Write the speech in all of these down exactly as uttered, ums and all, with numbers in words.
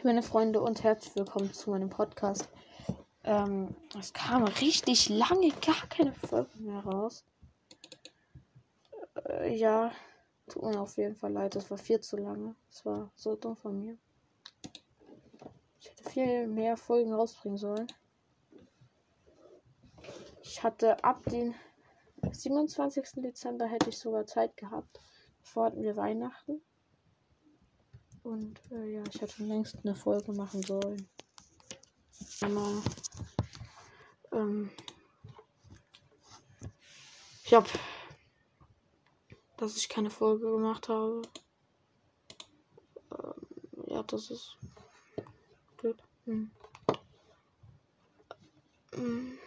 meine Freunde, und herzlich willkommen zu meinem Podcast. Ähm, es kam richtig lange gar keine Folgen mehr raus. Äh, ja, tut mir auf jeden Fall leid, das war viel zu lange. Das war so dumm von mir. Ich hätte viel mehr Folgen rausbringen sollen. Ich hatte ab dem siebenundzwanzigsten Dezember hätte ich sogar Zeit gehabt. Davor hatten wir Weihnachten. Und äh, ja, ich hätte längst eine Folge machen sollen. Aber, ähm, ich hab, dass ich keine Folge gemacht habe. Ähm, ja, das ist blöd. Hm. Hm.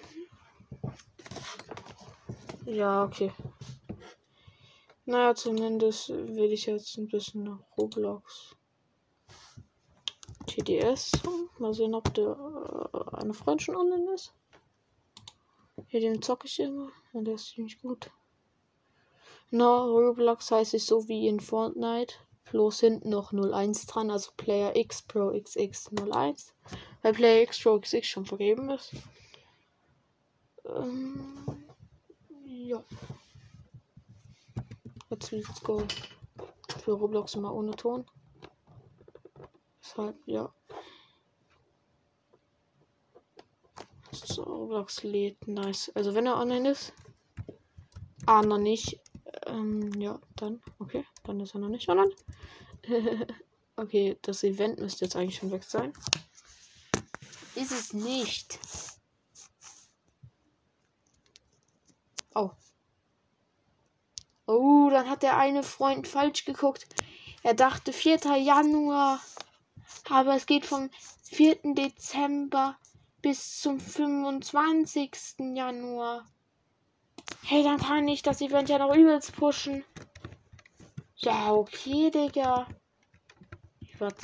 Ja, okay. Naja, zumindest will ich jetzt ein bisschen nach Roblox T D S. Mal sehen, ob der äh, eine Freund schon online ist. Hier, den zocke ich immer. Und der ist ziemlich gut. Na, no, Roblox heißt es so wie in Fortnite. Bloß hinten noch null eins dran. Also Player X Pro X X null eins. Weil Player X Pro X X schon vergeben ist. Ähm, ja. Jetzt let's go. Für Roblox immer ohne Ton. Deshalb, ja. So, Roblox lädt. Nice. Also wenn er online ist. Ah, noch nicht. Ähm, ja, dann. Okay. Dann ist er noch nicht online. Okay, das Event müsste jetzt eigentlich schon weg sein. Ist es nicht. Oh. Oh, dann hat der eine Freund falsch geguckt. Er dachte vierter Januar. Aber es geht vom vierten Dezember bis zum fünfundzwanzigsten Januar. Hey, dann kann ich das Event ja noch übelst pushen. Ja, okay, Digga. Ich warte.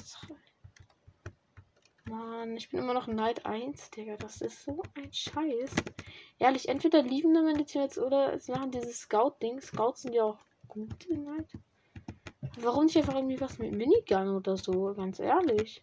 Mann, ich bin immer noch Night eins, Digga. Das ist so ein Scheiß. Ehrlich, entweder lieben wir meine Teammates oder sie machen dieses Scout-Ding. Scouts sind ja auch gut in Night. Warum nicht einfach irgendwie was mit Minigun oder so? Ganz ehrlich.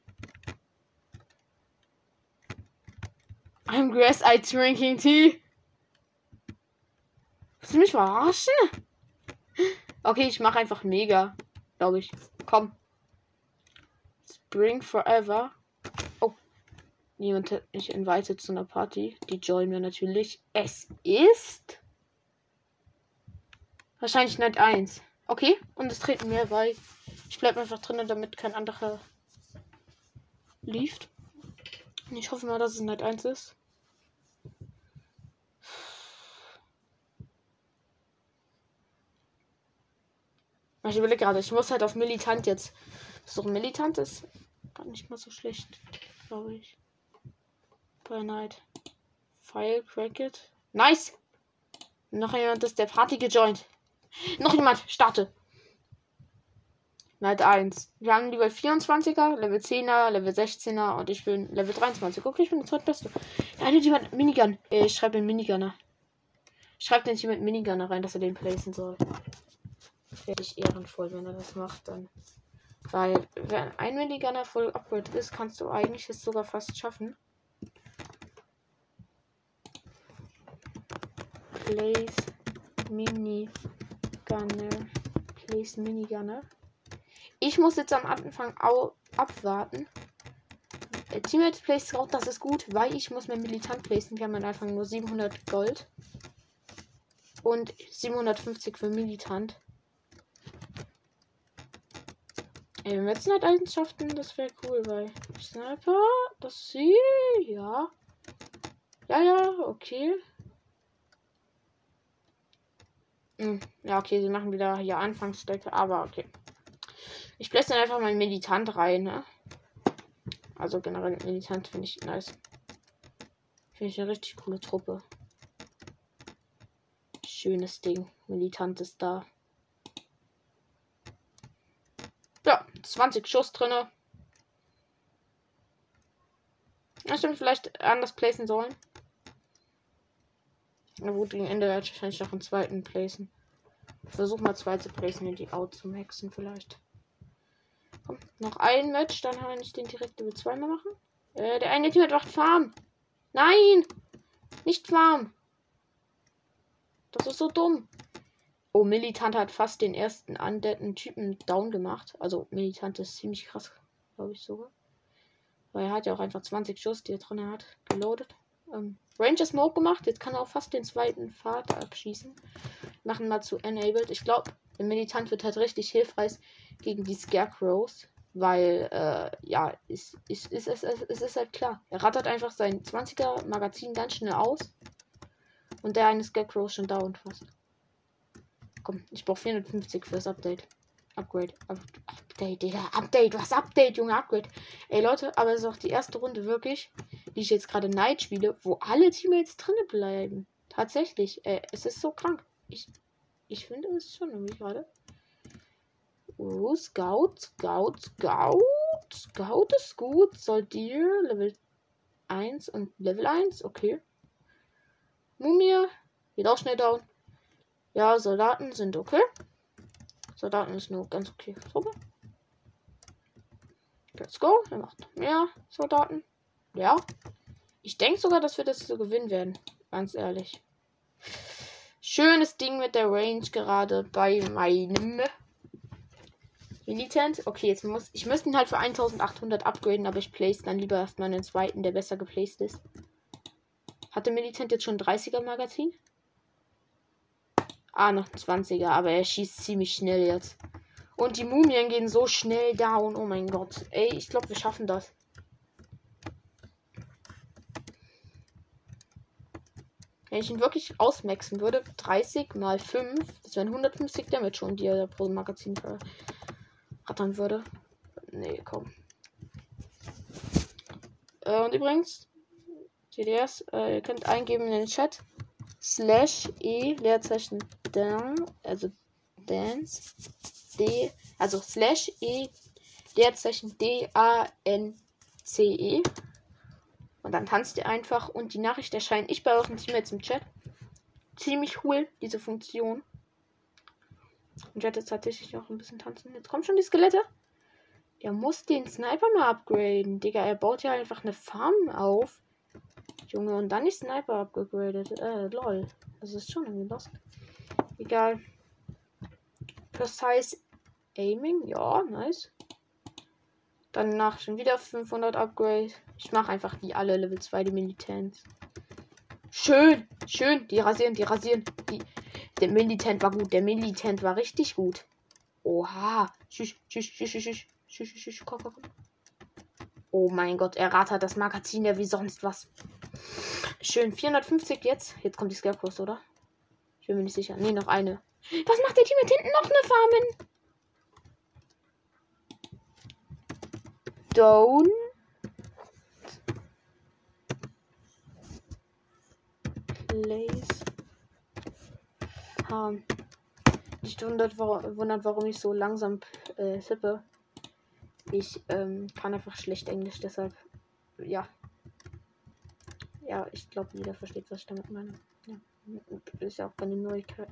I'm Grass I drinking tea. Willst du mich verarschen? Okay, ich mache einfach mega. Glaube ich. Komm. Spring Forever. Oh. Niemand hat mich invited zu einer Party. Die joinen wir natürlich. Es ist wahrscheinlich Night eins. Okay. Und es treten mehr bei. Ich bleibe einfach drinnen, damit kein anderer lieft. Ich hoffe mal, dass es Night eins ist. Ich überlege gerade, ich muss halt auf Militant jetzt. So Militant ist gar nicht mal so schlecht, glaube ich. Bei Night. File, Cracket. Nice! Noch jemand ist der Party gejoint. Noch jemand, starte. Night eins. Wir haben Level vierundzwanziger, Level zehner, Level sechzehner und ich bin Level dreiundzwanzig. Okay, ich bin der zweitbeste. Ja, eine jemand Minigun. Äh, ich schreibe den Minigunner. Schreibt den jemand Minigunner rein, dass er den placen soll. Werde ich ehrenvoll, wenn er das macht, dann. Weil, wenn ein Minigunner voll upgrade ist, kannst du eigentlich es sogar fast schaffen. Place Minigunner. Place Minigunner. Ich muss jetzt am Anfang auch abwarten. Der Teammate Place Scout, das ist gut, weil ich muss mein Militant placen. Wir haben am Anfang nur siebenhundert Gold. Und siebenhundertfünfzig für Militant. Ey, wenn wir jetzt nicht eins schaffen, das wäre cool, weil Sniper, das sie, ja. Ja, ja, okay. Hm, ja, okay, sie machen wieder hier Anfangsstrecke, aber okay. Ich place dann einfach mal Militant rein, ne? Also generell Militant finde ich nice. Finde ich eine richtig coole Truppe. Schönes Ding. Militant ist da. Ja, zwanzig Schuss drinne. Ja, stimmt, vielleicht anders placen sollen. Na gut, gegen Ende werde ich wahrscheinlich noch einen zweiten placen. Versuch mal zwei zu placen, in die Out zu maxen vielleicht. Komm, noch ein Match, dann kann ich den direkt Level zwei mal machen. Äh, der eine Team macht Farm. Nein! Nicht Farm. Das ist so dumm. Oh, Militant hat fast den ersten undeaden Typen down gemacht. Also, Militant ist ziemlich krass, glaube ich sogar. Weil er hat ja auch einfach zwanzig Schuss, die er drin hat, geloadet. Ähm, Ranger Smoke gemacht. Jetzt kann er auch fast den zweiten Vater abschießen. Machen mal zu Enabled. Ich glaube, der Militant wird halt richtig hilfreich gegen die Scarecrows. Weil, äh, ja, ist, ist, ist, ist, ist, ist, ist halt klar. Er rattert einfach sein zwanziger Magazin ganz schnell aus. Und der eine Scarecrow ist schon down fast. Komm, ich brauche vierhundertfünfzig fürs Update. Upgrade. Up Update, Digga. Update. Was Update, Junge? Upgrade. Ey, Leute, aber es ist auch die erste Runde wirklich, die ich jetzt gerade Night spiele, wo alle Teammates drinnen bleiben. Tatsächlich. Äh, es ist so krank. Ich, ich finde es schon irgendwie gerade. Oh, Scout, Scout, Scout. Scout ist gut. Soldier, Level eins und Level eins. Okay. Mumie. Geht auch schnell down. Ja, Soldaten sind okay. Soldaten ist nur ganz okay. Super. Let's go. Er macht noch mehr Soldaten. Ja. Ich denke sogar, dass wir das so gewinnen werden. Ganz ehrlich. Schönes Ding mit der Range gerade bei meinem Militant. Okay, jetzt muss ich müsste ihn halt für eintausendachthundert upgraden, aber ich place dann lieber erstmal einen zweiten, der besser geplaced ist. Hat der Militant jetzt schon ein dreißiger Magazin? Ah, noch ein zwanziger, aber er schießt ziemlich schnell jetzt. Und die Mumien gehen so schnell down. Oh mein Gott. Ey, ich glaube, wir schaffen das. Wenn ich ihn wirklich ausmaxen würde, dreißig mal fünf, das wären hundertfünfzig Damage schon, die er pro Magazin verrattern würde. Nee, komm. Äh, und übrigens, G D S, äh, ihr könnt eingeben in den Chat. Slash E, Leerzeichen Dan, also Dance, D, also Slash E, Leerzeichen D A N C E. Und dann tanzt ihr einfach und die Nachricht erscheint nicht bei euren Teammates im Chat. Ziemlich cool, diese Funktion. Und ich werde jetzt tatsächlich noch ein bisschen tanzen. Jetzt kommen schon die Skelette. Der muss den Sniper mal upgraden. Digga, er baut ja einfach eine Farm auf. Junge, und dann die Sniper abgegradet. Äh, lol. Das ist schon irgendwie lost. Egal. Precise Aiming. Ja, nice. Danach schon wieder fünfhundert Upgrade. Ich mache einfach die alle Level zwei, die Militants. Schön, schön. Die rasieren, die rasieren. Die. Der Militant war gut. Der Militant war richtig gut. Oha. Tschüss, tschüss, tschüss, tschüss, tschüss, tschüss, tschüss, komm, komm, komm. Oh mein Gott, er rattert das Magazin ja wie sonst was. Schön, vierhundertfünfzig jetzt. Jetzt kommt die Scarecrows, oder? Ich bin mir nicht sicher. Nee, noch eine. Was macht der Team mit hinten noch eine Farmen? Down. Place. Farm. Nicht wundert, warum, wundert, warum ich so langsam äh, sippe. Ich ähm, kann einfach schlecht Englisch, deshalb. Ja. Ja, ich glaube, jeder versteht, was ich damit meine. Ja. Ist ja auch keine Neuigkeit.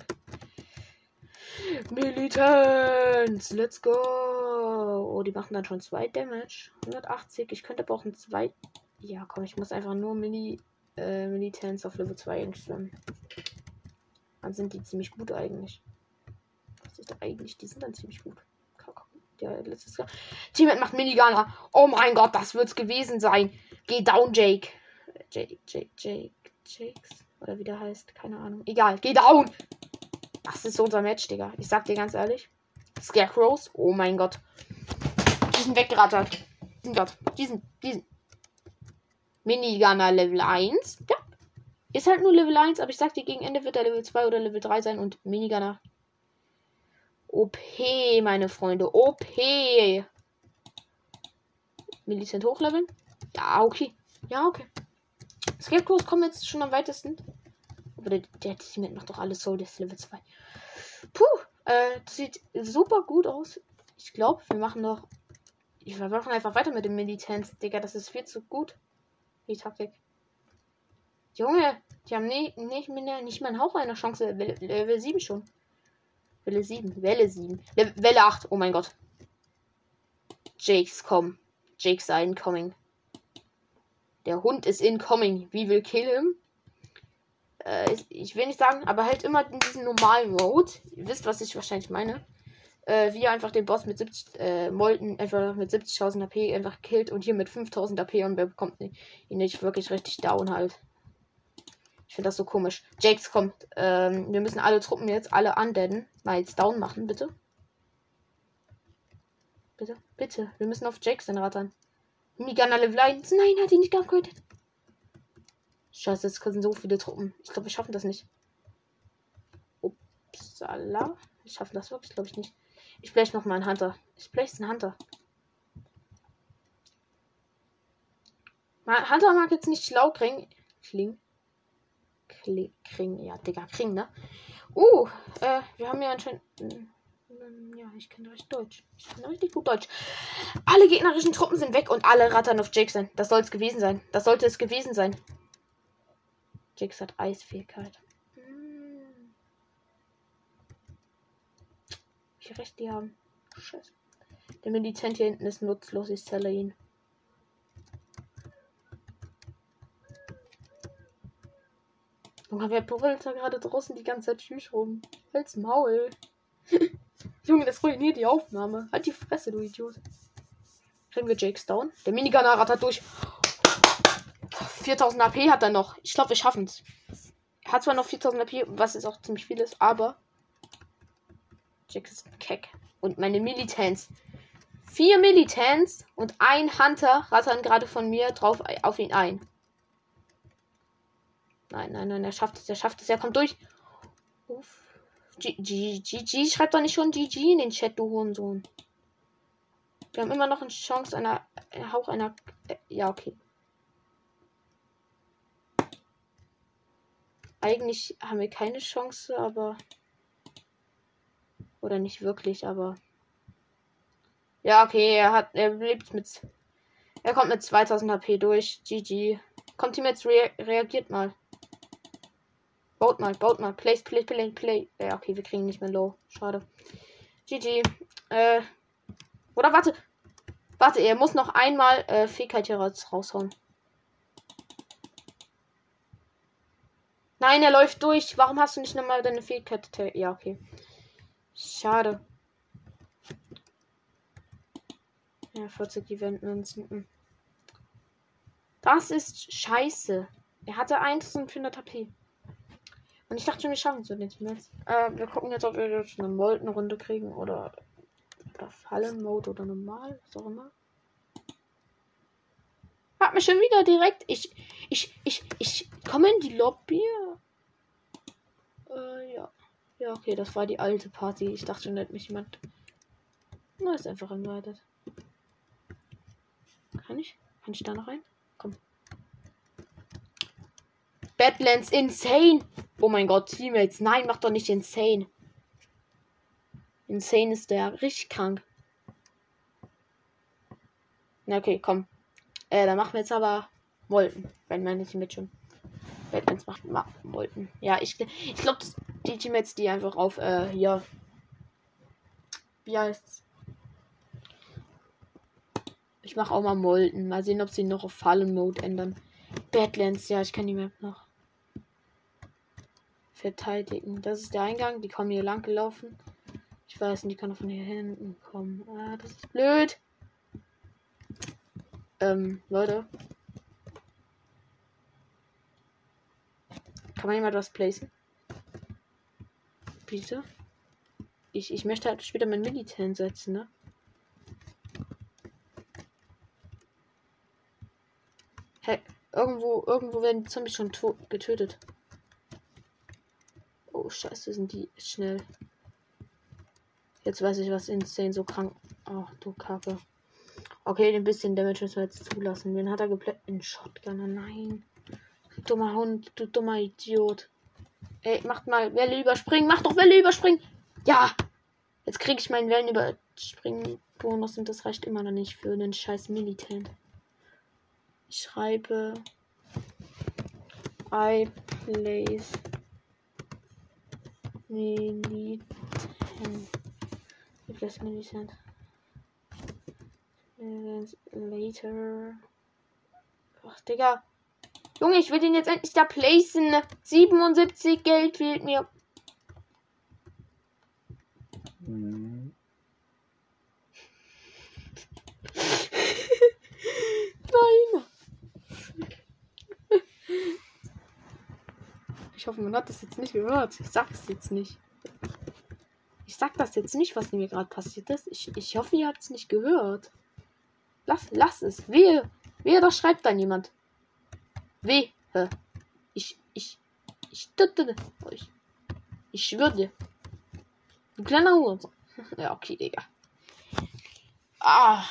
Militants, let's go. Oh, die machen dann schon zwei Damage. hundertachtzig. Ich könnte aber auch ein zwei. Ja, komm, ich muss einfach nur Mini äh, Militants auf Level zwei einstellen. Dann sind die ziemlich gut eigentlich. Das ist eigentlich, die sind dann ziemlich gut. Der letzte Teammate macht Minigunner. Oh mein Gott, das wird's gewesen sein. Geh down, Jake. Jake, Jake, Jake, Jakes. Oder wie der heißt. Keine Ahnung. Egal, geh down. Das ist so unser Match, Digga. Ich sag dir ganz ehrlich. Scarecrows. Oh mein Gott. Die sind weggerattert. Diesen Gott. Diesen, diesen. Minigunner Level eins. Ja. Ist halt nur Level eins, aber ich sag dir, gegen Ende wird er Level zwei oder Level drei sein und Minigunner. O P, meine Freunde. O P. Militant hochleveln? Ja, okay. Ja, okay. Scarecrows kommen jetzt schon am weitesten. Aber der, der Teammate macht doch alles so, das Level zwei. Puh, äh, das sieht super gut aus. Ich glaube, wir machen noch. Wir machen einfach weiter mit dem Militants, Digga. Das ist viel zu gut. Die Taktik. Junge, die haben nie, nicht, nicht mal einen Hauch einer Chance. Level sieben schon. Welle sieben. Welle sieben. Le Welle acht. Oh mein Gott. Jakes kommen. Jakes are incoming. Der Hund ist incoming. We will kill him. Äh, ich will nicht sagen, aber halt immer in diesem normalen Mode. Ihr wisst, was ich wahrscheinlich meine. Äh, wie er einfach den Boss mit siebzig, äh, Molten einfach mit siebzigtausend A P einfach killt und hier mit fünftausend A P und bekommt ihn nicht wirklich richtig down halt. Ich finde das so komisch. Jakes kommt. Ähm, wir müssen alle Truppen jetzt alle undeaden. Mal jetzt down machen, bitte. Bitte, bitte. Wir müssen auf Jakes den rattern. Minigunner Level eins. Nein, er hat ihn nicht geupgradet. Scheiße, es sind so viele Truppen. Ich glaube, wir schaffen das nicht. Upsala. Wir schaffen das wirklich, glaube ich, nicht. Ich blech noch mal einen Hunter. Ich blech einen Hunter. Hunter mag jetzt nicht schlau klingen. Kling. Kling. Kring. Ja, Digga, Kring, ne? Uh, äh, wir haben ja anscheinend. Ja, ich kann richtig Deutsch. Ich kann richtig gut Deutsch. Alle gegnerischen Truppen sind weg und alle rattern auf Jakes sein. Das soll es gewesen sein. Das sollte es gewesen sein. Jakes hat Eisfähigkeit. Hm. Wie recht die haben. Scheiße. Der Militant hier hinten ist nutzlos. Ich zähle ihn. Junge, wer brüllt da gerade draußen die ganze Zeit Tschüss rum? Halt's Maul. Junge, das ruiniert die Aufnahme. Halt die Fresse, du Idiot. Kriegen wir Jakes down? Der Minigunner rattert durch. viertausend A P hat er noch. Ich glaube, wir schaffen es. Er hat zwar noch viertausend A P, was ist auch ziemlich viel ist, aber Jakes ist keck. Und meine Militants. Vier Militants und ein Hunter rattern gerade von mir drauf auf ihn ein. Nein, nein, nein, er schafft es, er schafft es, er kommt durch. Uff. G G, G G, schreibt doch nicht schon G G in den Chat, du Hurensohn. Wir haben immer noch eine Chance einer, Hauch einer, äh, ja, okay. Eigentlich haben wir keine Chance, aber, oder nicht wirklich, aber, ja, okay, er hat, er lebt mit, er kommt mit zweitausend H P durch, G G. Kommt ihm jetzt, rea reagiert mal. Baut mal, baut mal. Place, play, play, play. Ja, okay, wir kriegen nicht mehr low. Schade. G G. Äh. Oder warte. Warte, er muss noch einmal äh, Fähigkeit hier raus, raushauen. Nein, er läuft durch. Warum hast du nicht nochmal deine Fähigkeit? Ja, okay. Schade. Ja, vierzig Event-Münzen. Das ist scheiße. Er hatte eintausendvierhundert H P. Und ich dachte schon, wir schaffen es jetzt. Äh, wir gucken jetzt, ob wir jetzt eine Molten-Runde kriegen oder, oder Fallen-Mode oder normal, was auch immer. Hat mich schon wieder direkt. Ich, ich, ich, ich komme in die Lobby. Äh, ja. Ja, okay, das war die alte Party. Ich dachte schon, da hätte mich jemand. Na, ist einfach invited. Kann ich? Kann ich da noch rein? Komm. Badlands Insane! Oh mein Gott, Teammates. Nein, mach doch nicht Insane. Insane ist der richtig krank. Na okay, komm. Äh, dann machen wir jetzt aber Molten. Wenn man nicht mit schon. Badlands macht ma Molten. Ja, ich, ich glaube, die Teammates, die einfach auf, äh, hier. Wie heißt's? Ich mache auch mal Molten. Mal sehen, ob sie noch auf Fallen Mode ändern. Badlands, ja, ich kann die Map noch verteidigen. Das ist der Eingang. Die kommen hier lang gelaufen. Ich weiß nicht, die kann von hier hinten kommen. Ah, das ist blöd. Ähm, Leute. Kann man jemand was placen? Bitte? Ich, ich möchte halt später mein Militär setzen, ne? Hey, irgendwo, irgendwo werden die Zombies schon getötet. Oh, scheiße, sind die schnell. Jetzt weiß ich, was Insane so krank. Ach, du Kacke. Okay, ein bisschen Damage müssen wir jetzt zulassen. Wen hat er geplättet? Ein Shotgunner. Nein. Du dummer Hund, du dummer Idiot. Ey, macht mal Welle überspringen. Mach doch Welle überspringen. Ja. Jetzt kriege ich meinen Wellen überspringen Bonus und das reicht immer noch nicht für einen scheiß Militant. Ich schreibe I place Militant. I place Militant. Later. Ach, Digga. Junge, ich will den jetzt endlich da placen. siebenundsiebzig Geld fehlt mir. Hm. Nein. Ich hoffe, man hat das jetzt nicht gehört. Ich sag's jetzt nicht. Ich sag das jetzt nicht, was mir gerade passiert ist. Ich, ich hoffe, ihr habt es nicht gehört. Lass, lass es. Wehe. Wehe, da schreibt dann jemand. Wehe. Ich, ich, ich, ich, ich schwöre dir. Du kleiner Hurensohn. Ja, okay, Digga. Ah.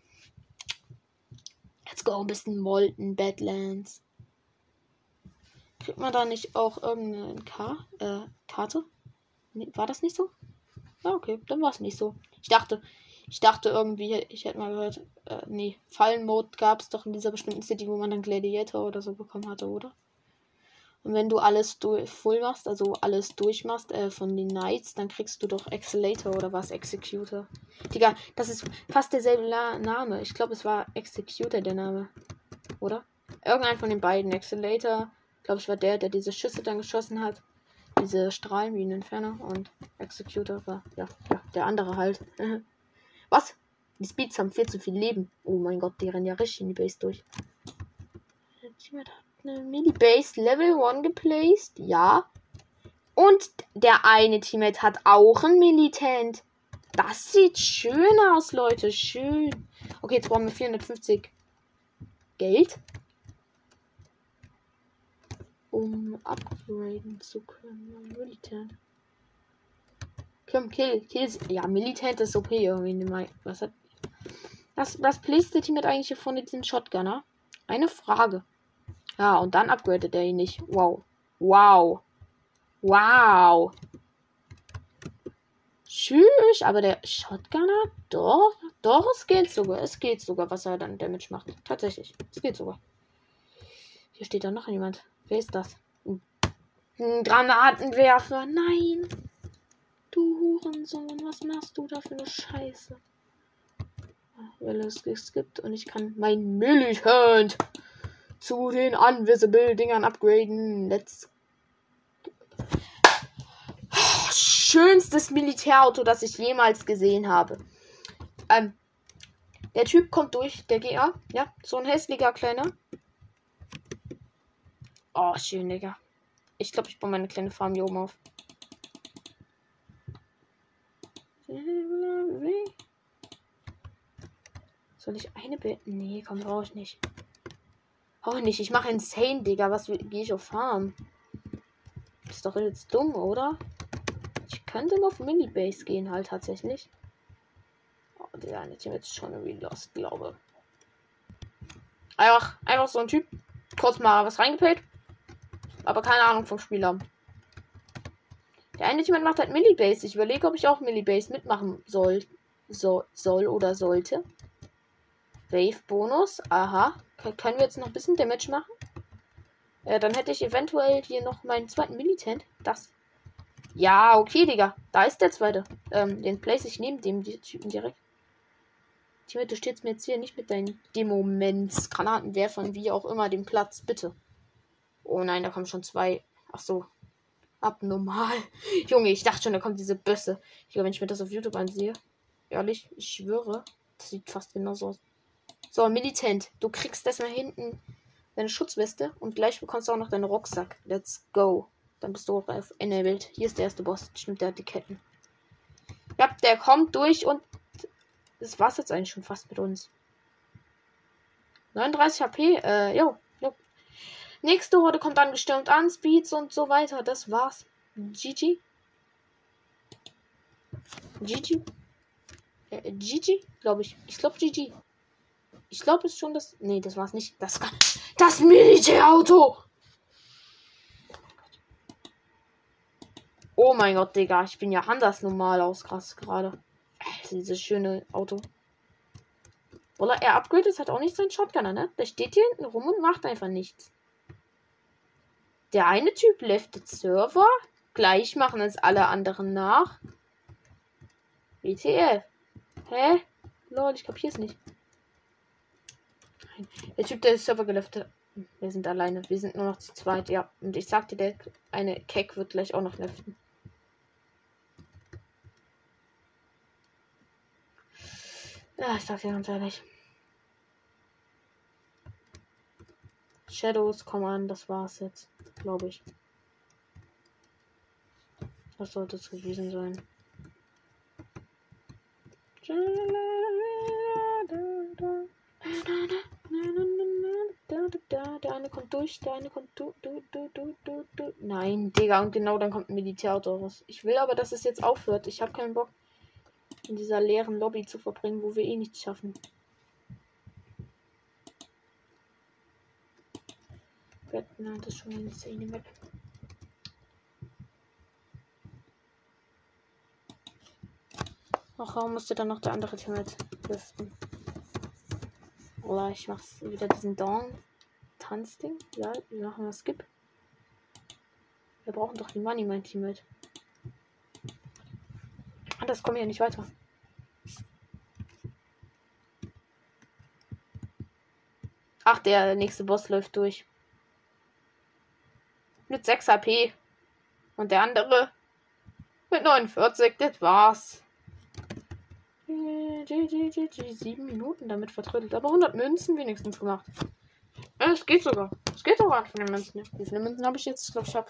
Let's go. Ein bisschen Molten, Badlands. Kriegt man da nicht auch irgendeine K äh, Karte? Nee, war das nicht so? Ja, okay, dann war es nicht so. Ich dachte, ich dachte irgendwie, ich hätte mal gehört, äh, nee, Fallen-Mode gab es doch in dieser bestimmten City, wo man dann Gladiator oder so bekommen hatte, oder? Und wenn du alles durch, voll machst, also alles durchmachst äh, von den Knights, dann kriegst du doch Accelerator oder was? Executor. Digga, das ist fast derselbe La Name. Ich glaube, es war Executor der Name. Oder? Irgendein von den beiden. Accelerator, glaube ich, war der, der diese Schüsse dann geschossen hat. Diese Strahlen wie ein Inferno. Und Executor war, ja, ja, der andere halt. Was? Die Speeds haben viel zu viel Leben. Oh mein Gott, die rennen ja richtig in die Base durch. Jemand hat eine Mini-Base Level eins geplaced. Ja. Und der eine Teammate hat auch ein Militant. Das sieht schön aus, Leute. Schön. Okay, jetzt brauchen wir vierhundertfünfzig Geld. Um upgraden zu können. Militant. Komm, Kill. Kill ist, ja, Militant ist O P irgendwie. Was hat. Was, was placed der Teammate eigentlich hier vorne diesen Shotgunner? Eine Frage. Ja, und dann upgradet er ihn nicht. Wow. Wow. Wow. Tschüss. Aber der Shotgunner? Doch. Doch, es geht sogar. Es geht sogar, was er dann Damage macht. Tatsächlich. Es geht sogar. Hier steht da noch jemand. Wer ist das? Ein Granatenwerfer. Nein. Du Hurensohn. Was machst du da für eine Scheiße? Weil es gibt und ich kann mein Militant zu den Invisible Dingern upgraden. Let's oh, schönstes Militärauto, das ich jemals gesehen habe. Ähm, der Typ kommt durch, der G A. Ja, so ein hässlicher kleiner. Oh, schön, Digga. Ich glaube, ich baue meine kleine Farm hier oben auf. Soll ich eine beten? Nee, komm, brauche ich nicht. Auch nicht. Ich mache insane, Digga. Was gehe ich auf Farm? Ist doch jetzt dumm, oder? Ich könnte mal auf Mini-Base gehen, halt tatsächlich. Oh, der eine Team ist schon irgendwie lost, glaube. Einfach, einfach so ein Typ. Kurz mal was reingepayt. Aber keine Ahnung vom Spiel haben. Der eine Team macht halt Mini-Base. Ich überlege, ob ich auch Mini-Base mitmachen soll. So, soll oder sollte. Wave-Bonus. Aha. K- können wir jetzt noch ein bisschen Damage machen? Äh, dann hätte ich eventuell hier noch meinen zweiten Militant. Das. Ja, okay, Digga. Da ist der zweite. Ähm, den place ich neben dem Typen direkt. Teammate, du stehst mir jetzt hier nicht mit deinen Demoments, Granatenwerfern, wie auch immer, den Platz, bitte. Oh nein, da kommen schon zwei. Ach so. Abnormal. Junge, ich dachte schon, da kommt diese Bösse. Ich glaube, wenn ich mir das auf YouTube ansehe. Ehrlich, ich schwöre. Das sieht fast genauso aus. So, Militant. Du kriegst erstmal hinten deine Schutzweste und gleich bekommst du auch noch deinen Rucksack. Let's go. Dann bist du auch auf enabled. Hier ist der erste Boss. Stimmt, der hat die Ketten. Ja, der kommt durch und das war's jetzt eigentlich schon fast mit uns. neununddreißig H P. Äh, jo. jo. Nächste Horde kommt angestürmt an. Speeds und so weiter. Das war's. G G. G G. Äh, G G, glaube ich. Ich glaube G G. Ich glaube es schon, das. Nee, das war's nicht. Das Das Militärauto! Oh mein Gott, Digga. Ich bin ja anders normal aus krass gerade. Also dieses schöne Auto. Oder er upgradet, hat auch nicht seinen Shotgunner, ne? Der steht hier hinten rum und macht einfach nichts. Der eine Typ leftet Server. Gleich machen es alle anderen nach. W T F. Hä? Lol, ich kapier's nicht. Okay. Der Typ, der ist Server gelöft hat. Wir sind alleine. Wir sind nur noch zu zweit, ja. Und ich sagte, der eine Keck wird gleich auch noch leften. Ja, ich sag dir ganz ehrlich. Shadows, komm an, das war's jetzt. Glaube ich. Das sollte es gewesen sein. Der eine kommt durch, der eine kommt du, du, du, du, du, du. Nein, Digga, und genau dann kommt ein Militärauto raus. Ich will aber, dass es jetzt aufhört. Ich habe keinen Bock, in dieser leeren Lobby zu verbringen, wo wir eh nichts schaffen. Batman, das ist schon eine Szene Map. Ach, warum musste dann noch der andere Teammate lüften? Oder ich mach's wieder diesen Dawn-Tanzding. Ja, wir machen mal Skip. Wir brauchen doch die Money, mein Teammate. Anders kommen wir ja nicht weiter. Ach, der nächste Boss läuft durch. Mit sechs H P. Und der andere mit neunundvierzig. Das war's. Sieben Minuten damit vertrödelt. Aber hundert Münzen wenigstens gemacht. Es geht sogar. Es geht sogar von den Münzen. Wie viele Münzen habe ich jetzt? Ich glaube, ich habe.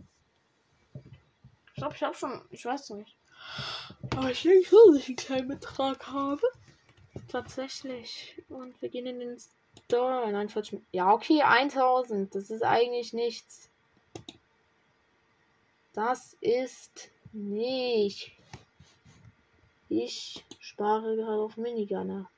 Ich glaube, ich habe schon. Ich weiß nicht. Aber ich denke schon, dass ich einen kleinen Betrag habe. Tatsächlich. Und wir gehen in den Store. neunundvierzig. Ja, okay, tausend. Das ist eigentlich nichts. Das ist nicht. Ich spare gerade auf Minigunner.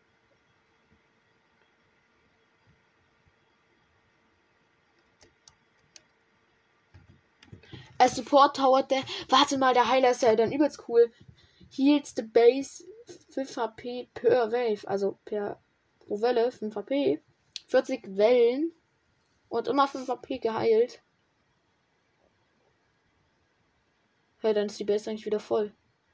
Als Support Tower, der. Warte mal, der Heiler ist ja dann übelst cool. Heals the base fünf H P per Wave. Also per pro Welle fünf H P. vierzig Wellen. Und immer fünf H P geheilt. Ja, dann ist die Base eigentlich wieder voll.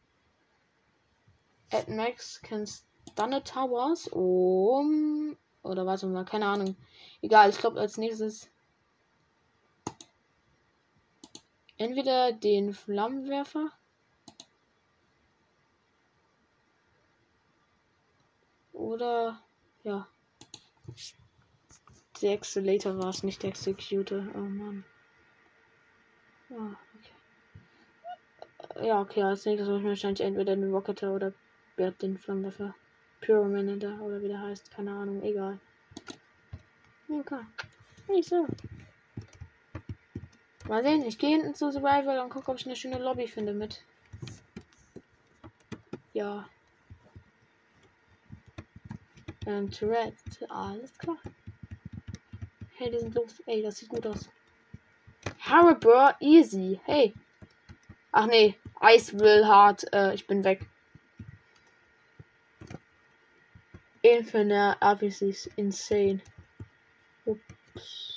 At max can stun towers. Um. Oder warte mal, keine Ahnung. Egal, ich glaube als nächstes. Entweder den Flammenwerfer. Oder. Ja. Der Accelerator war es, nicht der Executor. Oh Mann. Ja, okay. Ja, okay, als nächstes muss ich wahrscheinlich entweder den Rocketer oder den Flammenwerfer. Pyroman oder wie der heißt. Keine Ahnung, egal. Okay. Nicht so. Mal sehen, ich gehe hinten zu Survival und gucke, ob ich eine schöne Lobby finde mit. Ja. Ähm, Tourette. Alles klar. Hey, die sind los. Ey, das sieht gut aus. Haribo, easy. Hey. Ach nee. Ice will hard. Äh, ich bin weg. Infinite R P Cs. Insane. Ups.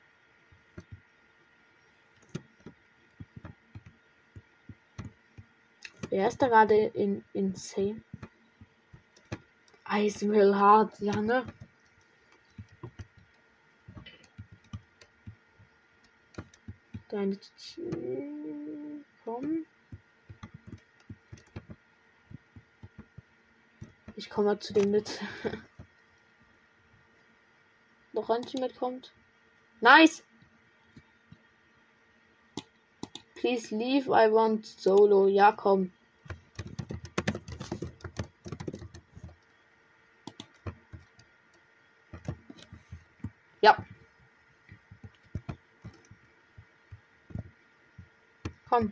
Wer ist da gerade in Insane? Ice will hard. Ja, ne? Deine komm. Ich komme mal zu dem mit. Noch ein Team mitkommt. Nice! Please leave, I want solo. Ja, komm. Ja. Komm.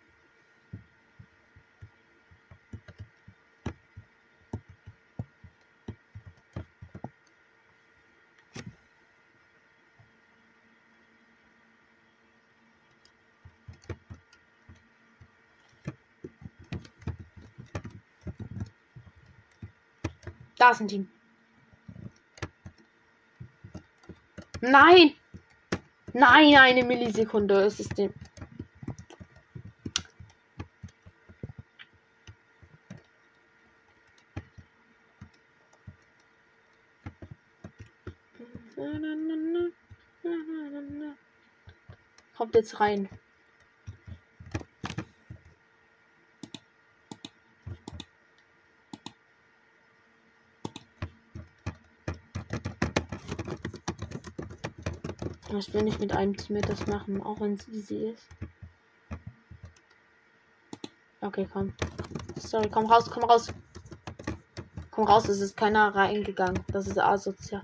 Da ist ein Team. Nein! Nein, eine Millisekunde ist es dem. Kommt jetzt rein. Ich will nicht mit einem Team das machen, auch wenn es easy ist. Okay, komm. Sorry, komm raus, komm raus. Komm raus, es ist keiner reingegangen. Das ist asozial.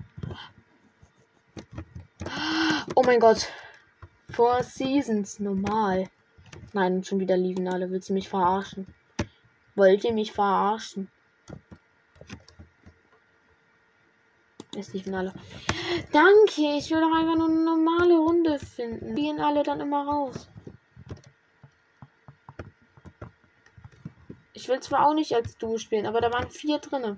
Oh mein Gott. Four Seasons, normal. Nein, schon wieder lieben alle. Willst du mich verarschen? Wollt ihr mich verarschen? Es liefen alle. Danke, ich will doch einfach nur eine normale Runde finden. Die gehen alle dann immer raus. Ich will zwar auch nicht als Duo spielen, aber da waren vier drinne.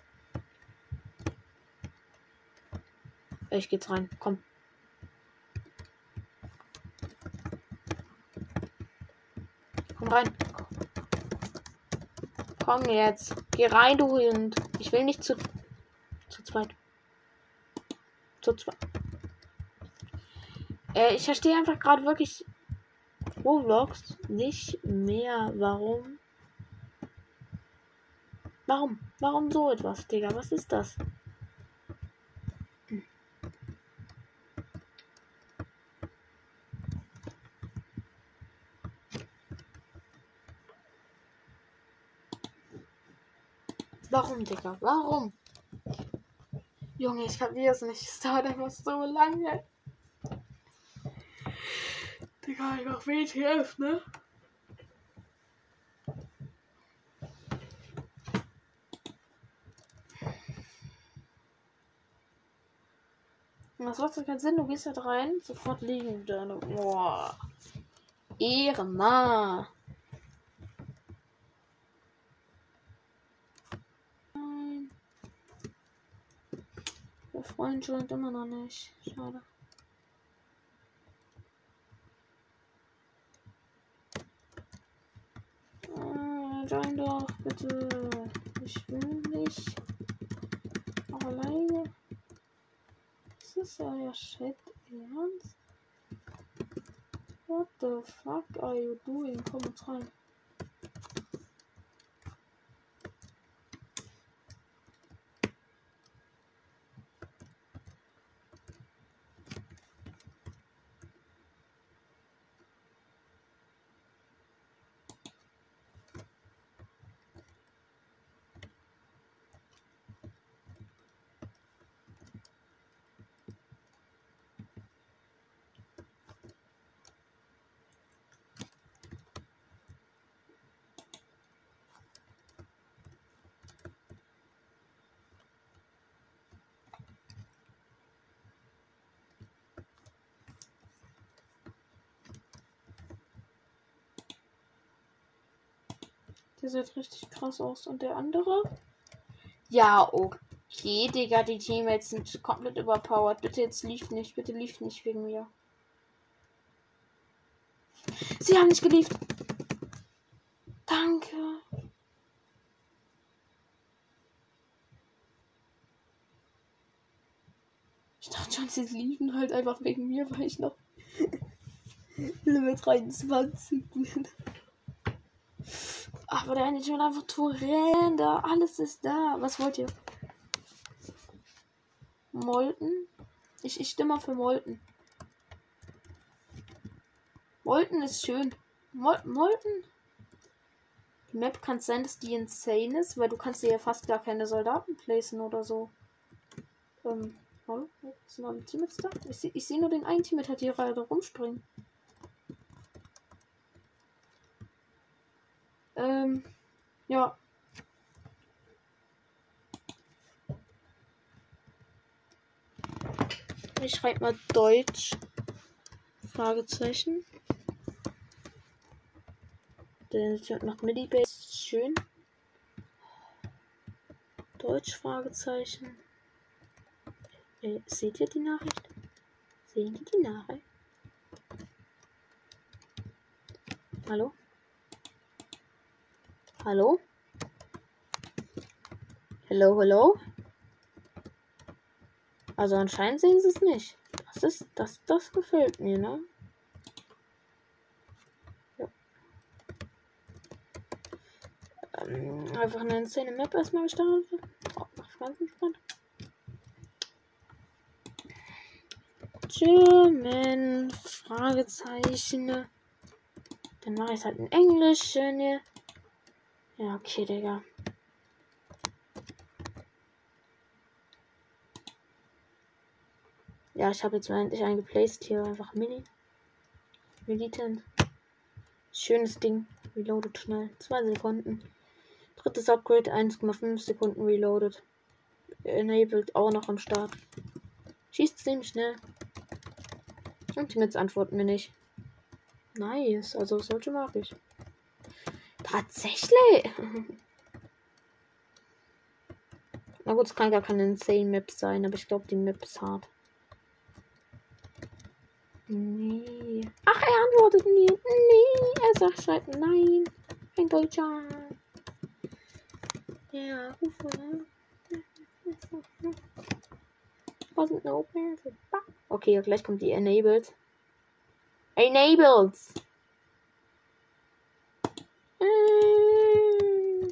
Ich geh jetzt rein. Komm. Komm rein. Komm jetzt. Geh rein, du Hund. Ich will nicht zu... Zu zweit. Zu zweit. Äh, ich verstehe einfach gerade wirklich Roblox nicht mehr. Warum? Warum? Warum so etwas, Digga? Was ist das? Hm. Warum, Digga? Warum? Junge, ich kann es nicht. Es dauert einfach so lange. Digga, ich mach W T F, ne? Das macht doch keinen Sinn. Du gehst halt rein, sofort liegen dann. Boah. Ehrenmann. Nein. Der Freund joint immer noch nicht. Schade. Äh, join doch, bitte. Ich will nicht. Auch alleine. Ist das euer Chat ernst? What the fuck are you doing? Komm jetzt rein. Der sieht richtig krass aus. Und der andere? Ja, okay, Digga, die Teammates sind komplett überpowered. Bitte jetzt lief nicht. Bitte lief nicht wegen mir. Sie haben nicht geliefert. Danke. Ich dachte schon, sie liefen halt einfach wegen mir, weil ich noch Level dreiundzwanzig bin. Aber der eine schon einfach Touren da. Alles ist da. Was wollt ihr? Molten? Ich, ich stimme für Molten. Molten ist schön. Mol Molten? Die Map kann sein, dass die insane ist, weil du kannst dir ja fast gar keine Soldaten placen oder so. Ähm, hallo? Ist noch ein Teammate da? Ich sehe ich seh nur den einen Teammate, hat hier gerade rumspringen. Ähm, ja. Ich schreibe mal Deutsch. Fragezeichen. Der macht Midi-Base. Schön. Deutsch, Fragezeichen. Äh, seht ihr die Nachricht? Sehen die die Nachricht? Hallo? Hallo? Hello, hello? Also anscheinend sehen sie es nicht. Das ist, das, das gefällt mir, ne? Ja. Ähm, einfach eine Szene Map erstmal gestartet. Oh, ganz entspannt. German, Fragezeichen. Dann mache ich es halt in Englisch. Ne? Ja, okay, Digga. Ja, ich habe jetzt mal endlich eingeplaced hier. Einfach Mini. Militant. Schönes Ding. Reloaded schnell. Zwei Sekunden. Drittes Upgrade. eins Komma fünf Sekunden reloaded. Enabled auch noch am Start. Schießt ziemlich schnell. Und die Mits antworten mir nicht. Nice. Also solche mag ich. Tatsächlich. Na gut, es kann gar keine Insane Map sein, aber ich glaube, die Map ist hart. Nee. Ach, er antwortet mir. Nee, er sagt halt nein. Ein Deutscher. Ja, Rufe. Wasn't no person. Okay, gleich kommt die Enabled. Enabled! Mm.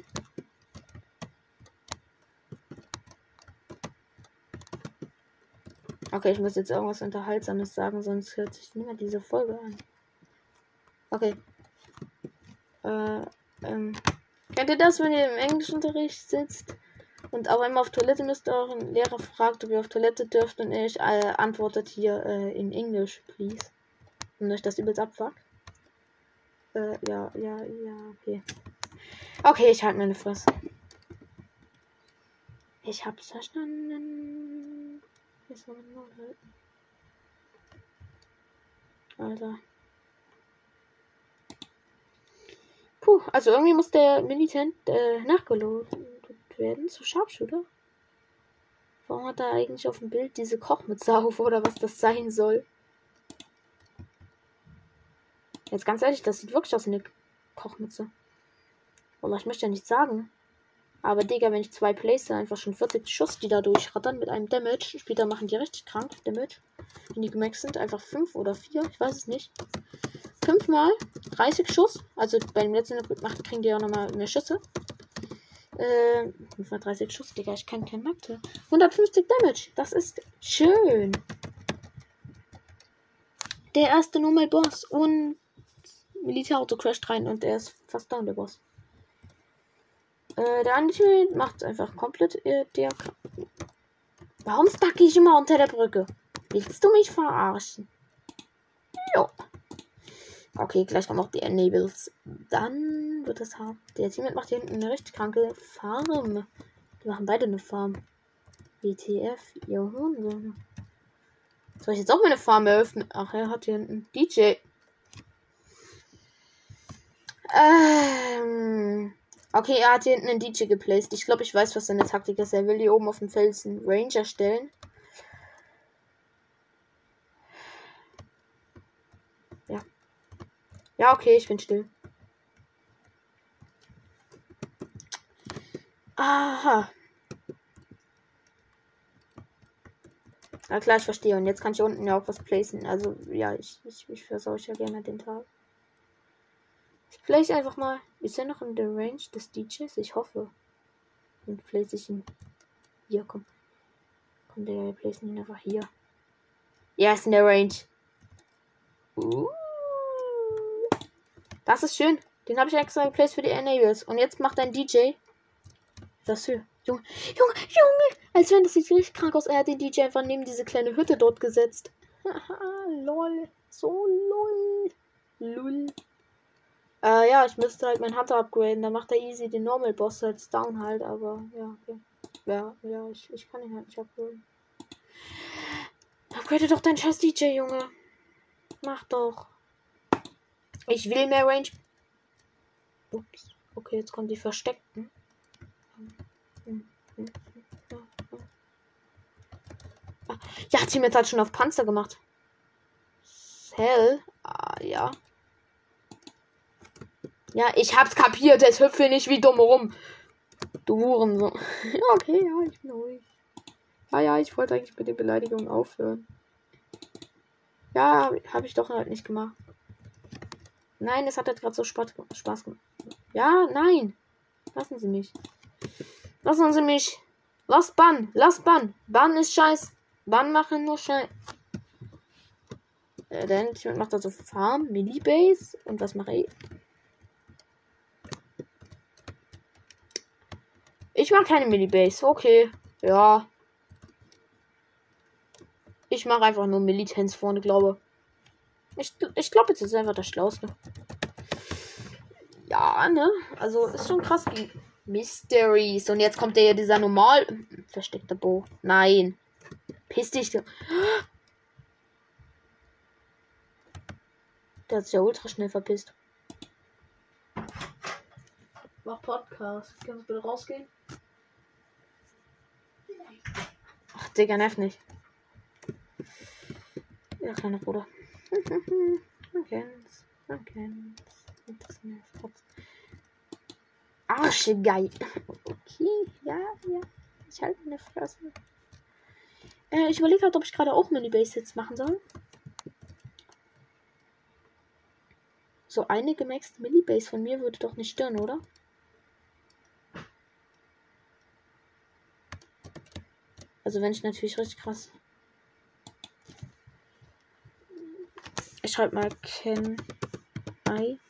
Okay, ich muss jetzt irgendwas Unterhaltsames sagen, sonst hört sich niemand diese Folge an. Okay. Äh, ähm. Kennt ihr das, wenn ihr im Englischunterricht sitzt und auf einmal auf Toilette müsst, euren Lehrer fragt, ob ihr auf Toilette dürft und ich äh, antwortet hier äh, in English, please. Und euch das übelst abfuckt? Äh, ja, ja, ja, okay. Okay, ich halte meine Fresse. Ich hab's verstanden. Jetzt soll man noch halten. Alter. Puh, also irgendwie muss der Militant äh, nachgeloadet werden zu Sharpshooter. Warum hat er eigentlich auf dem Bild diese Kochmütze auf oder was das sein soll? Jetzt ganz ehrlich, das sieht wirklich aus wie eine Kochmütze. Aber ich möchte ja nicht sagen. Aber Digga, wenn ich zwei place, einfach schon vierzig Schuss, die da durchrattern mit einem Damage. Später machen die richtig krank Damage. Wenn die gemaxt sind, einfach fünf oder vier, ich weiß es nicht. fünfmal dreißig Schuss. Also bei dem letzten macht, kriegen die auch nochmal mehr Schüsse. Äh, fünfmal dreißig Schuss, Digga, ich kann kein Mathe. hundertfünfzig Damage, das ist schön. Der erste Normal Boss und Militärauto crasht rein und er ist fast down, der Boss. Äh, der andere macht einfach komplett äh, der. Warum stuck ich immer unter der Brücke? Willst du mich verarschen? Jo. Okay, gleich kommen auch die Enables. Dann wird das hart. Der Teammate macht hier hinten eine richtig kranke Farm. Die machen beide eine Farm. W T F, ihr Hurensohn. Soll ich jetzt auch meine Farm eröffnen? Ach, er hat hier hinten D J. Ähm. Okay, er hat hier hinten einen D J geplaced. Ich glaube, ich weiß, was seine Taktik ist. Er will hier oben auf dem Felsen Ranger stellen. Ja. Ja, okay, ich bin still. Aha. Na klar, ich verstehe. Und jetzt kann ich unten ja auch was placen. Also, ja, ich, ich, ich versauche ja gerne den Tag. Ich place einfach mal. Ist er noch in der Range des D Js? Ich hoffe. Und place ich ihn. Hier, komm. Komm, der placen ihn einfach hier. Ja, ist in der Range. Uh. Das ist schön. Den habe ich extra geplaced für die Enables. Und jetzt macht ein D J. Das hier. Junge, Junge, Junge. Als wenn das sieht richtig krank aus. Er hat den D J einfach neben diese kleine Hütte dort gesetzt. Haha, lol. So lol. Lol. Äh, ja, ich müsste halt meinen Hunter upgraden. Dann macht er easy den Normal Boss als down halt. Aber ja, okay. Ja, ja, ich, ich kann ihn halt nicht upgraden. Upgrade doch deinen scheiß D J, Junge. Mach doch. Ich will mehr Range. Ups. Okay, jetzt kommen die Versteckten. Ja, Team hat schon auf Panzer gemacht. Hell. Ah, ja. Ja, ich hab's kapiert. Jetzt hüpfe nicht wie dumm rum. Du Hurensohn. Okay, ja, ich bin ruhig. Ja, ja, ich wollte eigentlich mit den Beleidigungen aufhören. Ja, habe ich doch halt nicht gemacht. Nein, es hat halt gerade so Spaß, Spaß gemacht. Ja, nein. Lassen Sie mich. Lassen Sie mich. Lass Bann. Lass Bann. Bann ist scheiß. Bann machen nur Scheiß. Äh, dann macht also Farm, Mini-Base. Und was mache ich? Ich mache keine Mini-Base. Okay. Ja. Ich mache einfach nur Militanz vorne, glaube ich. Ich glaube, jetzt ist einfach das Schlauste. Ja, ne? Also, ist schon krass. Mysteries. Und jetzt kommt der dieser normal versteckte Bo. Nein. Piss dich. Der hat sich ja ultra schnell verpisst. Mach Podcast. Kannst du bitte rausgehen? Ach, Digga, nerv nicht. Ja, kleiner Bruder. Man kennt's. Man kennt's. Das nervt. Arschgeil. Okay, ja, ja. Ich halte meine Fresse. Äh, ich überlege halt, ob ich gerade auch Mini-Base jetzt machen soll. So eine gemaxte Mini-Base von mir würde doch nicht stören, oder? Also wenn ich natürlich richtig krass. Ich schreibe mal can I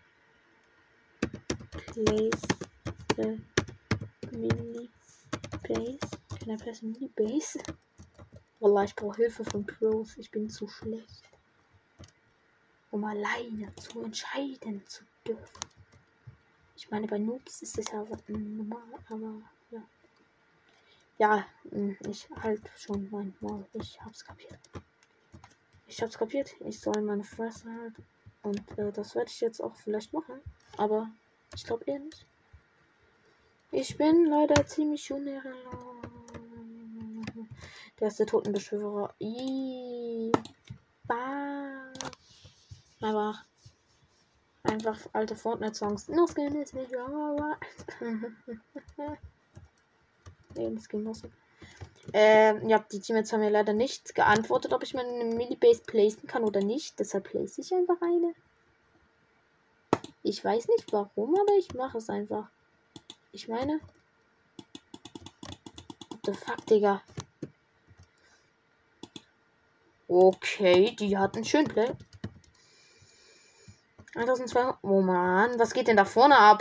place the mini base? Can I place a mini base? Wallah, ich brauche Hilfe von Pros. Ich bin zu schlecht, um alleine zu entscheiden zu dürfen. Ich meine, bei Noobs ist das ja normal, aber ja. Ja, ich halt schon mein Maul. Ich hab's kapiert. Ich hab's kapiert. Ich soll meine Fresse halten. Und äh, das werde ich jetzt auch vielleicht machen. Aber ich glaube eher nicht. Ich bin leider ziemlich unehrenlos. Der ist der Totenbeschwörer. Ihhh. Bah. Einfach. Einfach alte Fortnite-Songs. No skin ist nicht alright. Nee, das ging los. Ähm, ja, die Teammates haben mir leider nicht geantwortet, ob ich meine Mini-Base placen kann oder nicht. Deshalb place ich einfach eine. Ich weiß nicht warum, aber ich mache es einfach. Ich meine. What the fuck, Digga? Okay, die hat einen schönen Play. eintausendzweihundert. Oh Mann, was geht denn da vorne ab?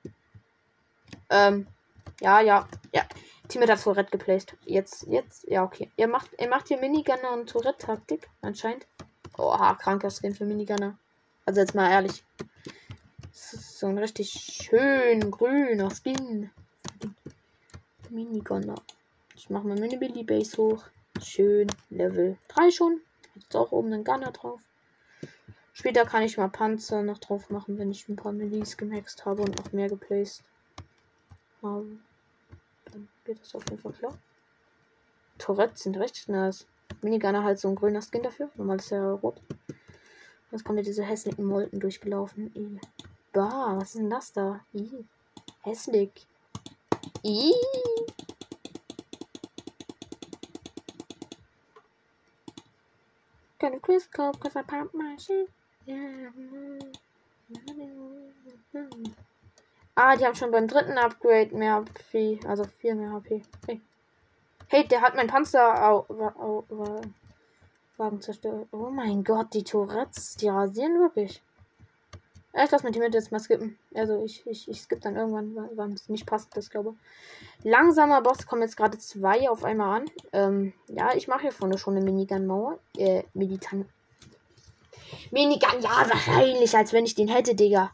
Ähm, ja, ja, ja. Teammate hat Tourette geplaced. Jetzt, jetzt, ja, okay. Ihr macht, ihr macht hier Minigunner und Tourette-Taktik, anscheinend. Oha, kranker Skin für Minigunner. Also jetzt mal ehrlich. Das ist so ein richtig schön grüner Skin. Minigunner. Ich mache mal Mini-Billy-Base hoch. Schön. Level drei schon. Jetzt auch oben einen Gunner drauf. Später kann ich mal Panzer noch drauf machen, wenn ich ein paar Minis gemaxt habe und noch mehr geplaced habe. Dann geht das auf jeden Fall klar. Tourette sind richtig nice. Minigunner halt so ein grüner Skin dafür. Normal ist ja rot. Jetzt kommt ja diese hässlichen Molten durchgelaufen. I. Bah, was ist denn das da? I. Hässlich. I. Got a quiz code because I popped my shit. Yeah. Ah, die haben schon beim dritten Upgrade mehr H P. Also viel mehr H P. Hey. Hey, der hat mein Panzer au, au, au, Wagen zerstört. Oh mein Gott, die Tourettes, die rasieren wirklich. Ja, ich lasse mein Team jetzt mal skippen. Also ich, ich, ich skippe dann irgendwann, wann es nicht passt, das glaube ich. Langsamer Boss, kommen jetzt gerade zwei auf einmal an. Ähm, ja, ich mache hier vorne schon eine Minigun-Mauer. Äh, Militan. Minigun, ja, wahrscheinlich, als wenn ich den hätte, Digga.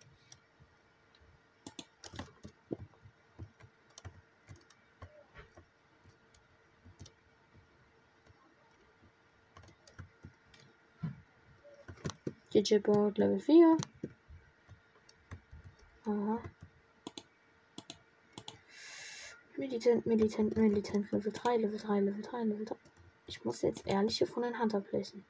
D J-Board Level vier. Aha. Militant, Militant, Militant, Level drei, Level drei, Level drei, Level drei. Ich muss jetzt ehrlich hier von den Hunter placen.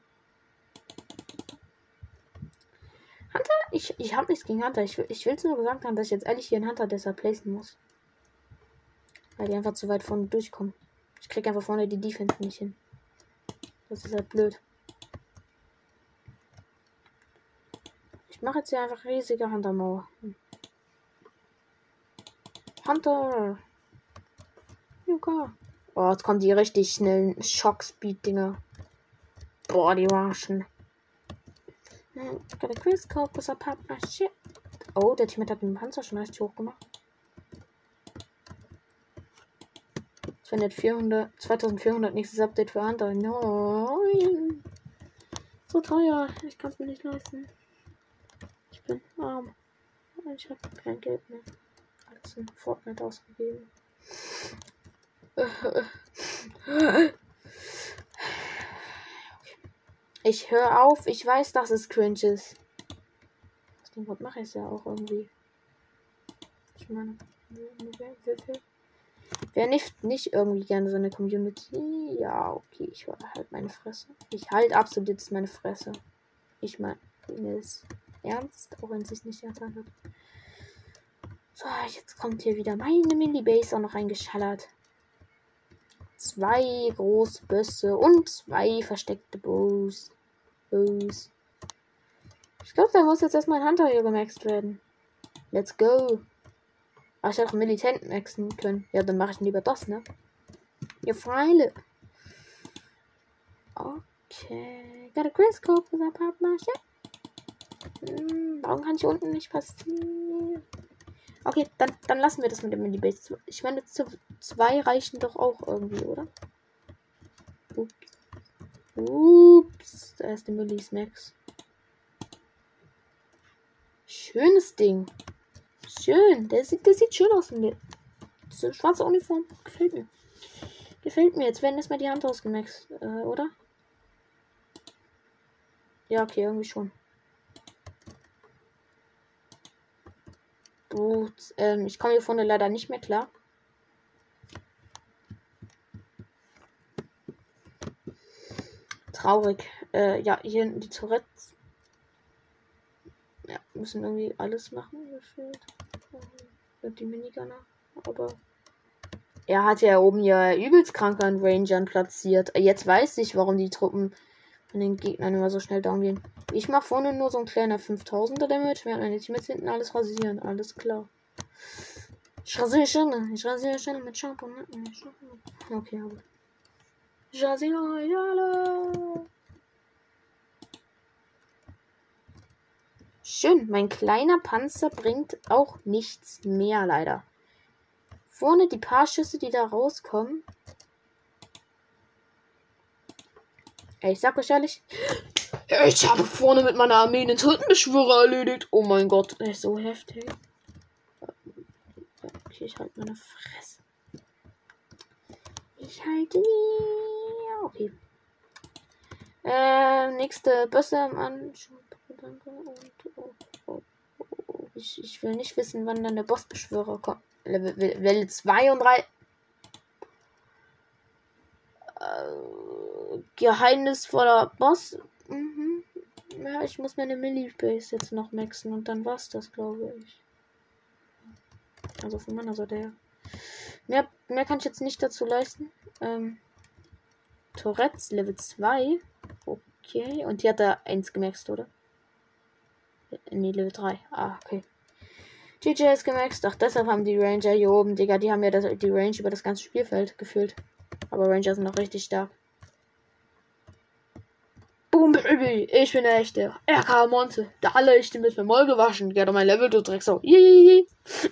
Hunter? Ich, ich habe nichts gegen Hunter. Ich, ich will es nur gesagt haben, dass ich jetzt ehrlich hier einen Hunter deshalb placen muss. Weil die einfach zu weit vorne durchkommen. Ich krieg einfach vorne die Defense nicht hin. Das ist halt blöd. Ich mache jetzt hier einfach riesige Hunter-Mauer. Hunter! Juka! Oh, jetzt kommen die richtig schnellen Schock-Speed-Dinger. Boah, die Marschen. Got a Chris Cope, was up, my shit. Oh, der Teammate hat den Panzer schon richtig hoch gemacht. vierhundert, zweitausendvierhundert, nächstes Update für Hunter. Nein. So teuer. Ich kann es mir nicht leisten. Ich bin arm. Ich habe kein Geld mehr. Alles in Fortnite ausgegeben. Ich höre auf. Ich weiß, dass es cringe ist. Aus dem Grund mache ich es ja auch irgendwie. Ich meine, wer nicht, nicht irgendwie gerne so eine Community? Ja, okay, ich halt meine Fresse. Ich halt absolut jetzt meine Fresse. Ich meine, es ernst, auch wenn es sich nicht ernst anhört. So, jetzt kommt hier wieder meine Mini-Base auch noch reingeschallert. Zwei große Bösse und zwei versteckte Bows. Bows. Ich glaube, da muss jetzt erstmal ein Hunter hier gemaxt werden. Let's go. Aber ich hätte auch einen Militant maxen können. Ja, dann mache ich lieber das, ne? Ihr Freile. Okay. Got a Chris Cope, was up, Partner? Hm, warum kann ich unten nicht passieren? Okay, dann, dann lassen wir das mit dem Mini-Base. Ich meine, zu zwei reichen doch auch irgendwie, oder? Ups. Ups. Da ist der Millis Max. Schönes Ding. Schön. Der sieht, der sieht schön aus. Diese schwarze Uniform. Gefällt mir. Gefällt mir. Jetzt werden erstmal die Hand ausgemaxt, äh, oder? Ja, okay, irgendwie schon. Gut, ähm, ich komme hier vorne leider nicht mehr klar. Traurig. Äh, ja, hier die Tourettes. Ja, müssen irgendwie alles machen. Die Minigunner. Aber er hat ja oben ja übelst krank an Rangern platziert. Jetzt weiß ich, warum die Truppen von den Gegnern immer so schnell down gehen. Ich mache vorne nur so ein kleiner fünftausender Damage, während meine Teammates hinten alles rasieren. Alles klar. Ich rasiere schon. Ich rasiere schon mit Shampoo. Ne? Okay, aber. Ich rasiere alle. Schön. Mein kleiner Panzer bringt auch nichts mehr, leider. Vorne die paar Schüsse, die da rauskommen. Ey, ich sag euch ehrlich. Ich habe vorne mit meiner Armee einen Totenbeschwörer erledigt. Oh mein Gott, das ist so heftig. Okay, ich halte meine Fresse. Ich halte nie. Okay. Äh, nächste Bösse am Anschub. Ich, ich will nicht wissen, wann dann der Bossbeschwörer kommt. Level, Level zwei und drei. Äh, geheimnisvoller Boss. Mhm. Ja, ich muss meine Milli-Base jetzt noch maxen und dann war's das, glaube ich. Also von meiner Seite her. Mehr, mehr kann ich jetzt nicht dazu leisten. Ähm, Tourettes Level zwei. Okay. Und die hat da eins gemaxt, oder? Nee, Level drei. Ah, okay. G J ist gemaxt. Ach, deshalb haben die Ranger hier oben, Digga. Die haben ja das, die Range über das ganze Spielfeld gefühlt. Aber Ranger sind noch richtig stark. Boom, Baby. Ich bin der echte R K Monte. Der allerechte mit mir Moll gewaschen. Geh doch mein Level, du Drecksau. Hihihi.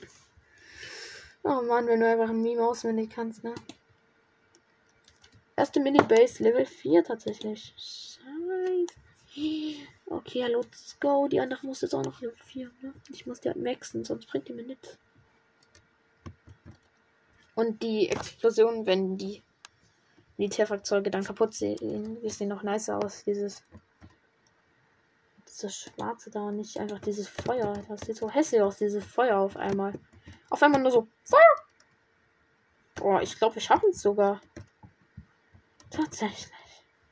Oh Mann, wenn du einfach ein Meme auswendig kannst, ne? Erste Mini-Base, Level vier tatsächlich. Scheiße. Okay, let's go. Die andere muss jetzt auch noch Level vier, ne? Ich muss die halt maxen, sonst bringt die mir nichts. Und die Explosion, wenn die Militärfahrzeuge dann kaputt sehen, wie sehen noch nicer aus. Dieses dieses Schwarze da und nicht einfach dieses Feuer. Das sieht so hässlich aus, dieses Feuer auf einmal. Auf einmal nur so Feuer. Boah, ich glaube, wir schaffen es sogar. Tatsächlich.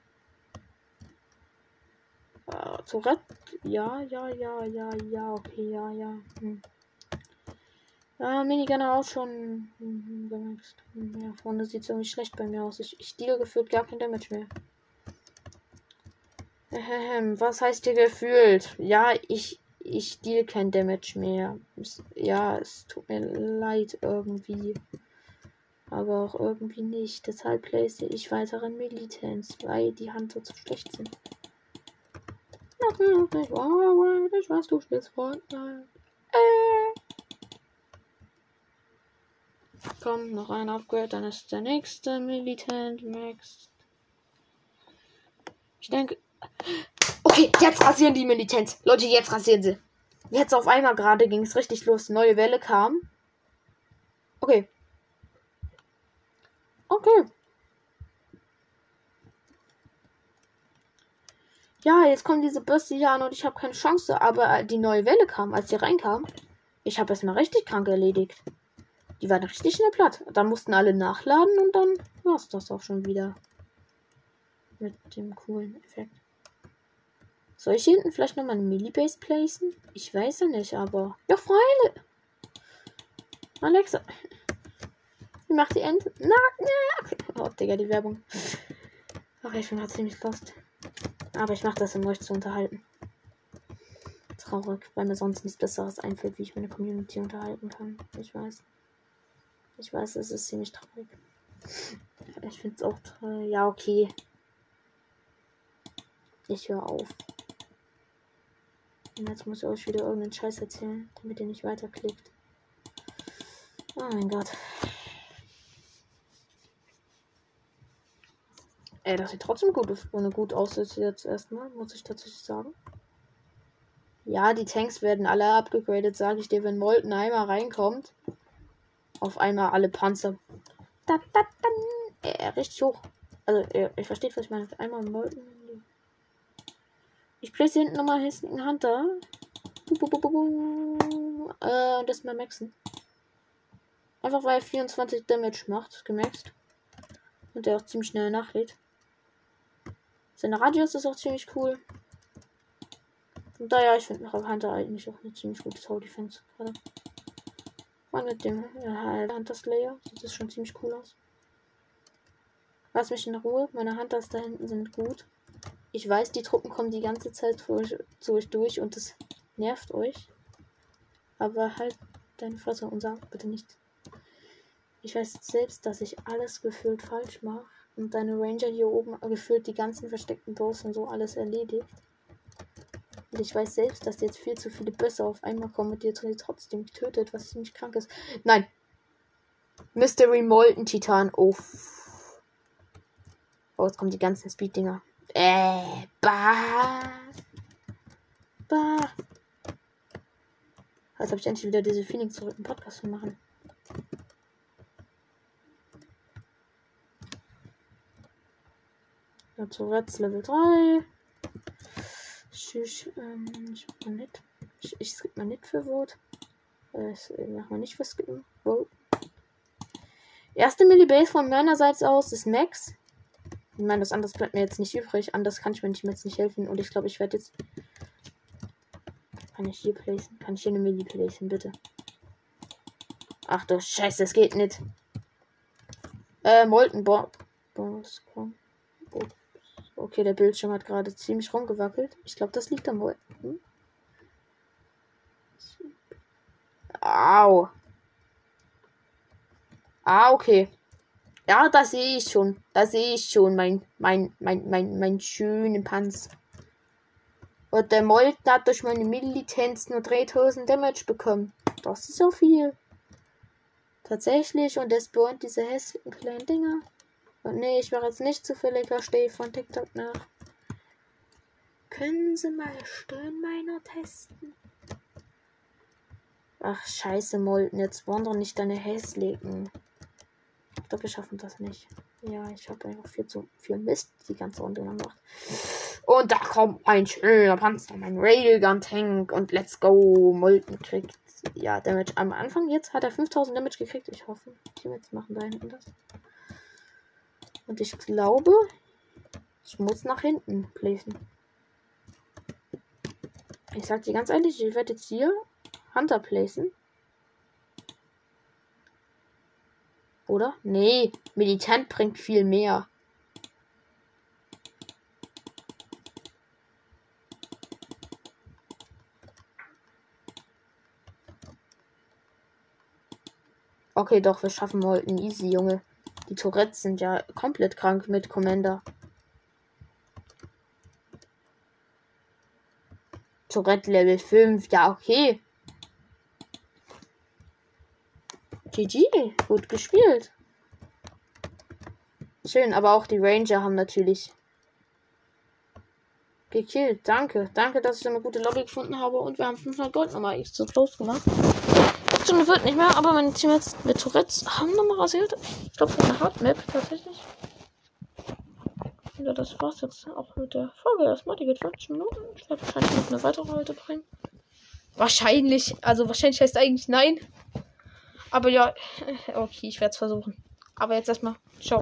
Äh, Tourette. Ja, ja, ja, ja, ja, okay, ja, ja. Hm. Ja, Minigunner auch schon gemaxt. Ja, vorne sieht es irgendwie schlecht bei mir aus. Ich, ich deal gefühlt gar kein Damage mehr. Ähm, was heißt hier gefühlt? Ja, ich, ich deal kein Damage mehr. Es, ja, es tut mir leid irgendwie. Aber auch irgendwie nicht. Deshalb place ich weiteren Militants, weil die Hunter zu schlecht sind. Natürlich, wow, ich weiß, du spielst Fortnite. Äh. Komm, noch ein Upgrade, dann ist der nächste Militant Max. Ich denke. Okay, jetzt rasieren die Militants. Leute, jetzt rasieren sie. Jetzt auf einmal gerade ging es richtig los. Neue Welle kam. Okay. Okay. Ja, jetzt kommen diese Bürste hier an und ich habe keine Chance. Aber die neue Welle kam, als sie reinkam. Ich habe erstmal richtig krank erledigt. Die waren richtig schnell platt. Dann mussten alle nachladen und dann war es das auch schon wieder. Mit dem coolen Effekt. Soll ich hier hinten vielleicht nochmal eine Millibase placen? Ich weiß ja nicht, aber. Ja, Freunde! Alexa. Wie macht die Ente? Nack, nack! Oh, Digga, die Werbung. Ach, ich bin gerade ziemlich lost. Aber ich mache das, um euch zu unterhalten. Traurig, weil mir sonst nichts Besseres einfällt, wie ich meine Community unterhalten kann. Ich weiß. Ich weiß, es ist ziemlich traurig. Ich finde es auch traurig. Ja, okay. Ich höre auf. Und jetzt muss ich euch wieder irgendeinen Scheiß erzählen, damit ihr nicht weiterklickt. Oh mein Gott. Ey, das sieht trotzdem gut, ohne gut aus jetzt erstmal, muss ich tatsächlich sagen. Ja, die Tanks werden alle abgegradet, sage ich dir, wenn Molten einmal reinkommt. Auf einmal alle Panzer. Da, da, da, äh, richtig hoch. Also, äh, ich verstehe, was ich meine. Einmal Molten. Ich place hier hinten nochmal hässlichen Hunter. Äh, das mal maxen. Einfach weil er vierundzwanzig Damage macht, gemaxt. Und der auch ziemlich schnell nachlädt. Seine Radius ist auch ziemlich cool. Und daher, ich finde Hunter eigentlich auch eine ziemlich gute Tower Defense gerade. Und mit dem äh, Hunter Slayer sieht das schon ziemlich cool aus. Lass mich in Ruhe, meine Hunters da hinten sind gut. Ich weiß, die Truppen kommen die ganze Zeit zu euch, zu euch durch und das nervt euch. Aber halt deine Fresse und sag bitte nichts. Ich weiß selbst, dass ich alles gefühlt falsch mache. Und deine Ranger hier oben gefühlt die ganzen versteckten Boss und so alles erledigt. Und ich weiß selbst, dass jetzt viel zu viele Bösse auf einmal kommen und ihr trotzdem tötet, was ziemlich krank ist. Nein. Mystery Molten Titan. Oh. Oh, jetzt kommen die ganzen Speed-Dinger. Äh, bah. Bah. Jetzt habe ich endlich wieder diese Feeling zurück im Podcast zu machen. Ja, zuletzt Level drei. Ich, ähm, ich mach mal nicht. Ich, ich skip mal nicht für Vote. Äh, ich mach mal nicht für Skippen. Vote. Erste Millibase von meiner Seite aus ist Max. Ich meine, das anderes bleibt mir jetzt nicht übrig. Anders kann ich mir jetzt nicht helfen. Und ich glaube, ich werde jetzt. Kann ich hier placen? Kann ich hier eine Milli placen, bitte? Ach du Scheiße, es geht nicht. Äh, Molten Boss. Komm. Okay, der Bildschirm hat gerade ziemlich rumgewackelt. Ich glaube, das liegt am Molten. Hm? Au. Ah, okay. Ja, da sehe ich schon. Da sehe ich schon mein, mein, mein, mein, mein schönen Panzer. Und der Molten hat durch meine Militants nur dreitausend Damage bekommen. Das ist ja viel. Tatsächlich. Und der spawnt diese hässlichen kleinen Dinger. Und nee, ich mache jetzt nicht zufälliger Steh von TikTok nach. Können Sie mal Stirnminer testen? Ach, scheiße, Molten. Jetzt wollen doch nicht deine hässlichen. Ich glaube, wir schaffen das nicht. Ja, ich habe einfach viel zu viel Mist die ganze Runde gemacht. Und da kommt ein schöner Panzer, mein Railgun-Tank. Und let's go. Molten kriegt ja Damage am Anfang. Jetzt hat er fünftausend Damage gekriegt. Ich hoffe, die jetzt machen da hinten das. Und ich glaube, ich muss nach hinten placen. Ich sag dir ganz ehrlich, ich werde jetzt hier Hunter placen. Oder? Nee, Militant bringt viel mehr. Okay, doch, wir schaffen heute easy, Junge. Die Tourettes sind ja komplett krank mit Commander. Tourette Level fünf, ja, okay. G G, gut gespielt. Schön, aber auch die Ranger haben natürlich gekillt. Danke, danke, dass ich so eine gute Lobby gefunden habe und wir haben fünfhundert Gold nochmal extra close gemacht. Stunde wird nicht mehr, aber meine Teammates mit Tourettes haben nochmal rasiert. Ich glaube, für eine Hardmap tatsächlich. Ja, das war's jetzt auch mit der Folge. Erstmal, die geht fünfzig Minuten. Ich werde wahrscheinlich noch eine weitere heute bringen. Wahrscheinlich, also wahrscheinlich heißt eigentlich nein. Aber ja, okay, ich werde es versuchen. Aber jetzt erstmal, ciao.